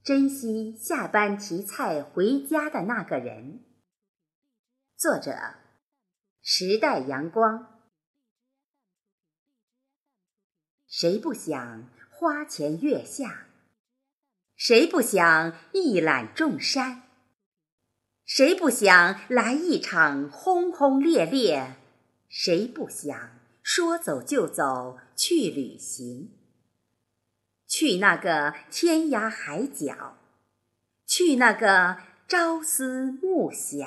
珍惜下班提菜回家的那个人。作者：时代阳光。谁不想花前月下？谁不想一览众山？谁不想来一场轰轰烈烈？谁不想说走就走去旅行？去那个天涯海角，去那个朝思暮想。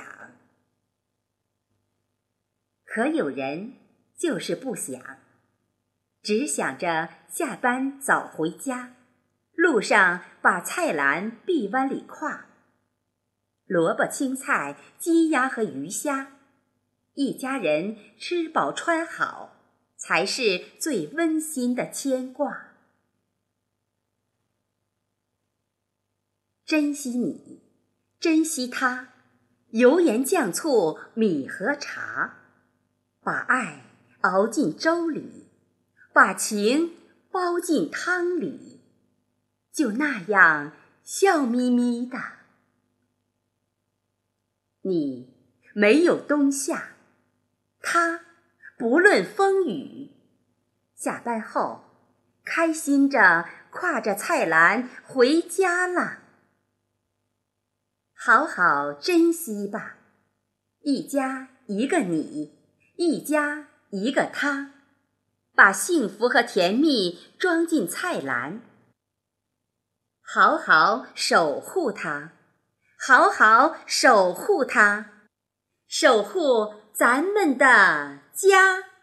可有人就是不想，只想着下班早回家，路上把菜篮臂弯里挎，萝卜青菜鸡鸭和鱼虾，一家人吃饱穿好，才是最温馨的牵挂。珍惜你，珍惜他，油盐酱醋米和茶，把爱熬进粥里，把情煲进汤里，就那样笑眯眯的。你没有冬夏，他不论风雨，下班后开心着挎着菜篮回家了。好好珍惜吧，一家一个你，一家一个他，把幸福和甜蜜装进菜篮，好好守护它，好好守护它，守护咱们的家。